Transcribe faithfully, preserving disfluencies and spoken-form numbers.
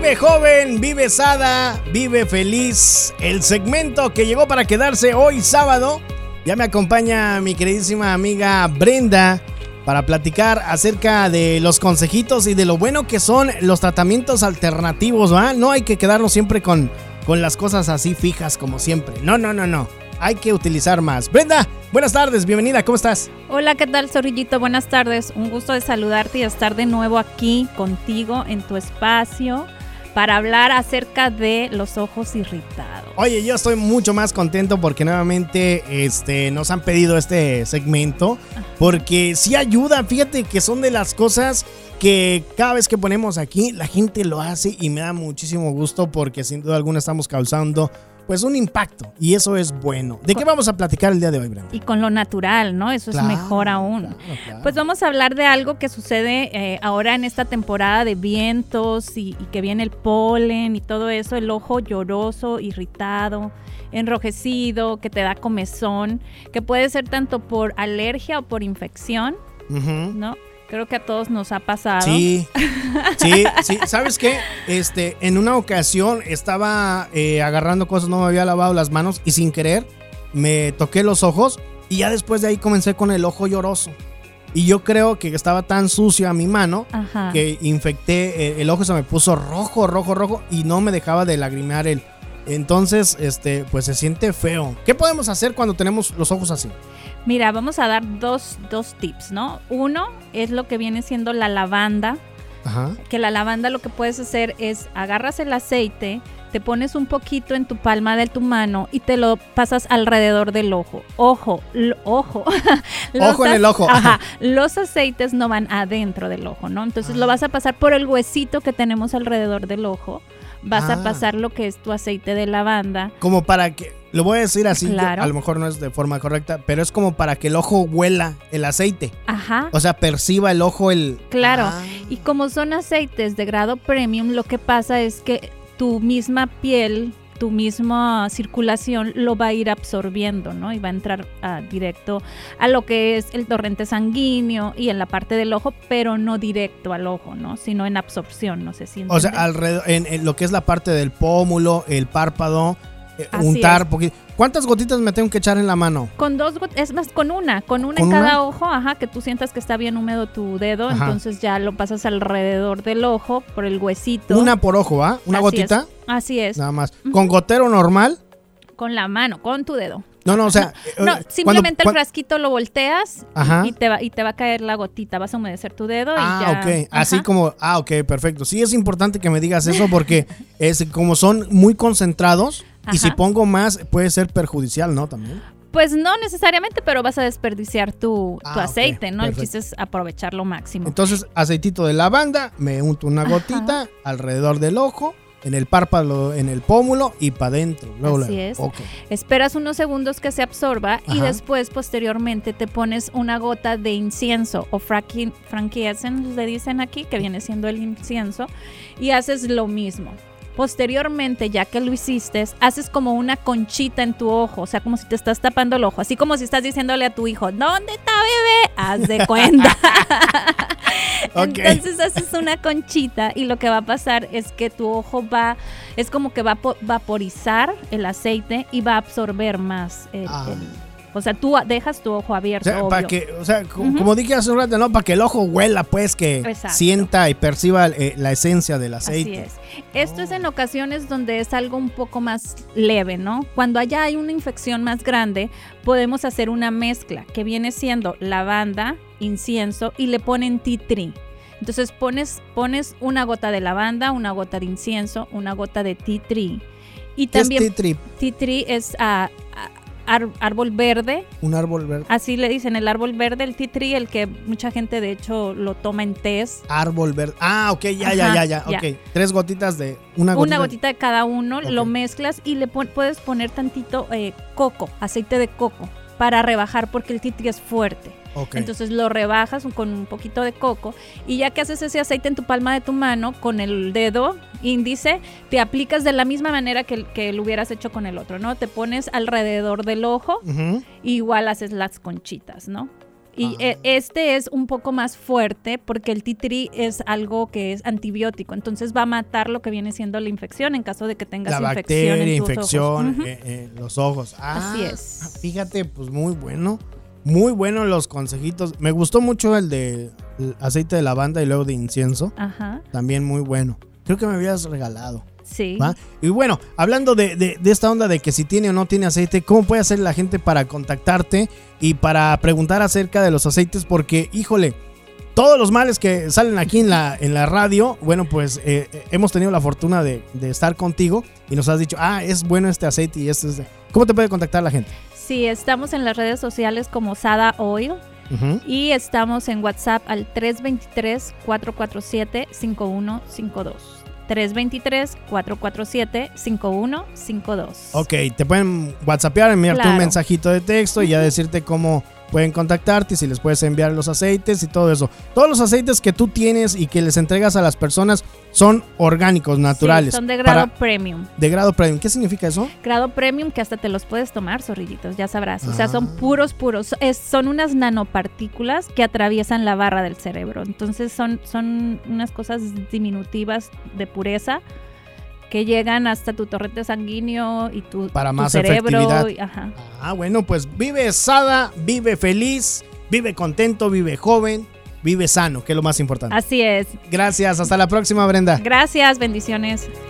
Vive joven, vive sada, vive feliz. El segmento que llegó para quedarse hoy sábado. Ya me acompaña mi queridísima amiga Brenda para platicar acerca de los consejitos y de lo bueno que son los tratamientos alternativos, ¿va? No hay que quedarnos siempre con, con las cosas así fijas como siempre. No, no, no, no. Hay que utilizar más. Brenda, buenas tardes, bienvenida, ¿cómo estás? Hola, ¿qué tal, Zorrillito? Buenas tardes. Un gusto de saludarte y estar de nuevo aquí contigo en tu espacio para hablar acerca de los ojos irritados. Oye, yo estoy mucho más contento porque nuevamente este, nos han pedido este segmento. Ajá. Porque sí ayuda, fíjate que son de las cosas que cada vez que ponemos aquí la gente lo hace y me da muchísimo gusto porque sin duda alguna estamos causando pues un impacto y eso es bueno. ¿De qué vamos a platicar el día de hoy, Brenda? Y con lo natural, ¿no? Eso claro, es mejor aún. Claro, claro. Pues vamos a hablar de algo que sucede eh, ahora en esta temporada de vientos y, y que viene el polen y todo eso, el ojo lloroso, irritado, enrojecido, que te da comezón, que puede ser tanto por alergia o por infección, uh-huh. ¿no? Creo que a todos nos ha pasado. Sí, sí, sí. ¿Sabes qué? Este, en una ocasión estaba eh, agarrando cosas, no me había lavado las manos y sin querer me toqué los ojos y ya después de ahí comencé con el ojo lloroso. Y yo creo que estaba tan sucio a mi mano Ajá. que infecté, eh, el ojo se me puso rojo, rojo, rojo y no me dejaba de lagrimear el... Entonces, este, pues se siente feo. ¿Qué podemos hacer cuando tenemos los ojos así? Mira, vamos a dar dos, dos tips, ¿no? Uno es lo que viene siendo la lavanda. Ajá. Que la lavanda lo que puedes hacer es agarras el aceite, te pones un poquito en tu palma de tu mano y te lo pasas alrededor del ojo. Ojo, l- ojo. Ojo en el ojo. Ajá. Los aceites no van adentro del ojo, ¿no? Entonces ah. lo vas a pasar por el huesito que tenemos alrededor del ojo. Vas ah. a pasar lo que es tu aceite de lavanda. Como para que, lo voy a decir así, claro. yo, a lo mejor no es de forma correcta, pero es como para que el ojo huela el aceite. Ajá. O sea, perciba el ojo el... Claro, ah. y como son aceites de grado premium, lo que pasa es que tu misma piel, tu misma circulación lo va a ir absorbiendo, ¿no? Y va a entrar uh, directo a lo que es el torrente sanguíneo y en la parte del ojo, pero no directo al ojo, ¿no? Sino en absorción, no sé si entienden. O sea, alrededor, en, en lo que es la parte del pómulo, el párpado, eh, untar poquito. ¿Cuántas gotitas me tengo que echar en la mano? Con dos gotitas, es más, con una, con una ¿Con en cada una? ojo, ajá, que tú sientas que está bien húmedo tu dedo, ajá. entonces ya lo pasas alrededor del ojo, por el huesito. Una por ojo, ¿va? ¿Una Así gotita? Es. Así es. Nada más. ¿Con gotero normal? Con la mano, con tu dedo. No, no, o sea... No, simplemente cuando, el frasquito lo volteas y, y, te va, y te va a caer la gotita, vas a humedecer tu dedo ah, y ya. Ah, ok, así Ajá. como... Ah, ok, perfecto. Sí es importante que me digas eso porque es como son muy concentrados Ajá. y si pongo más puede ser perjudicial, ¿no? También. Pues no necesariamente, pero vas a desperdiciar tu, ah, tu aceite, okay, ¿no? perfecto. El chiste es aprovechar lo máximo. Entonces, aceitito de lavanda, me unto una gotita Ajá. alrededor del ojo, en el párpado, en el pómulo y para adentro. Así luego. es. Okay. Esperas unos segundos que se absorba Ajá. y después, posteriormente, te pones una gota de incienso o frankincense, le dicen aquí, que viene siendo el incienso, y haces lo mismo. Posteriormente, ya que lo hiciste, haces como una conchita en tu ojo, o sea, como si te estás tapando el ojo, así como si estás diciéndole a tu hijo, ¿dónde está bebé? Haz de cuenta. Okay. Entonces haces una conchita y lo que va a pasar es que tu ojo va, es como que va a vaporizar el aceite y va a absorber más el, ah. el o sea, tú dejas tu ojo abierto, o sea, obvio. Para que, o sea, uh-huh. como dije hace un rato, ¿no? Para que el ojo huela, pues, que Exacto. sienta y perciba eh, la esencia del aceite. Así es. Esto oh. es en ocasiones donde es algo un poco más leve, ¿no? Cuando allá hay una infección más grande, podemos hacer una mezcla que viene siendo lavanda, incienso y le ponen tea tree. Entonces pones, pones una gota de lavanda, una gota de incienso, una gota de tea tree. Y ¿Qué también, es tea tree? Tea tree es... Uh, Ar- árbol verde. Un árbol verde. Así le dicen, el árbol verde, el tea tree, el que mucha gente de hecho lo toma en tés. Árbol verde. Ah, ok, ya, Ajá, ya, ya, ya, ya. Ok, tres gotitas de una gotita. Una gotita de cada uno, okay. Lo mezclas y le pon- puedes poner tantito eh, coco, aceite de coco, para rebajar porque el tea tree es fuerte. Okay. Entonces lo rebajas con un poquito de coco y ya que haces ese aceite en tu palma de tu mano, con el dedo índice, te aplicas de la misma manera que, que lo hubieras hecho con el otro, ¿no? Te pones alrededor del ojo, uh-huh. Igual haces las conchitas, ¿no? Y ah. este es un poco más fuerte porque el tea tree es algo que es antibiótico, entonces va a matar lo que viene siendo la infección en caso de que tengas la infección bacteria, en tus infección ojos. Uh-huh. eh, eh, los ojos. Ah, así es. Fíjate, pues muy bueno. Muy buenos los consejitos. Me gustó mucho el de el aceite de lavanda y luego de incienso. Ajá. También muy bueno. Creo que me habías regalado. Sí. ¿Va? Y bueno, hablando de, de, de esta onda de que si tiene o no tiene aceite, ¿cómo puede hacer la gente para contactarte y para preguntar acerca de los aceites? Porque, híjole, todos los males que salen aquí en la, en la radio, bueno, pues eh, hemos tenido la fortuna de, de estar contigo y nos has dicho, ah, es bueno este aceite y este es de... ¿Cómo te puede contactar la gente? Sí, estamos en las redes sociales como Sada Oil. Uh-huh. Y estamos en WhatsApp al tres dos tres, cuatro cuatro siete, cinco uno cinco dos. tres dos tres, cuatro cuatro siete, cinco uno cinco dos. Ok, te pueden whatsappear, enviarte claro. un mensajito de texto y ya decirte cómo pueden contactarte y si les puedes enviar los aceites y todo eso. Todos los aceites que tú tienes y que les entregas a las personas son orgánicos, naturales. Sí, son de grado para, premium. De grado premium. ¿Qué significa eso? Grado premium que hasta te los puedes tomar, zorrillitos, ya sabrás. Ah. O sea, son puros, puros. Es, son unas nanopartículas que atraviesan la barra del cerebro. Entonces son, son unas cosas diminutivas de pureza que llegan hasta tu torrente sanguíneo y tu, para tu más cerebro. Efectividad. Y, ajá. Ah, bueno, pues vive Sada, vive feliz, vive contento, vive joven, vive sano, que es lo más importante. Así es. Gracias, hasta la próxima, Brenda. Gracias, bendiciones.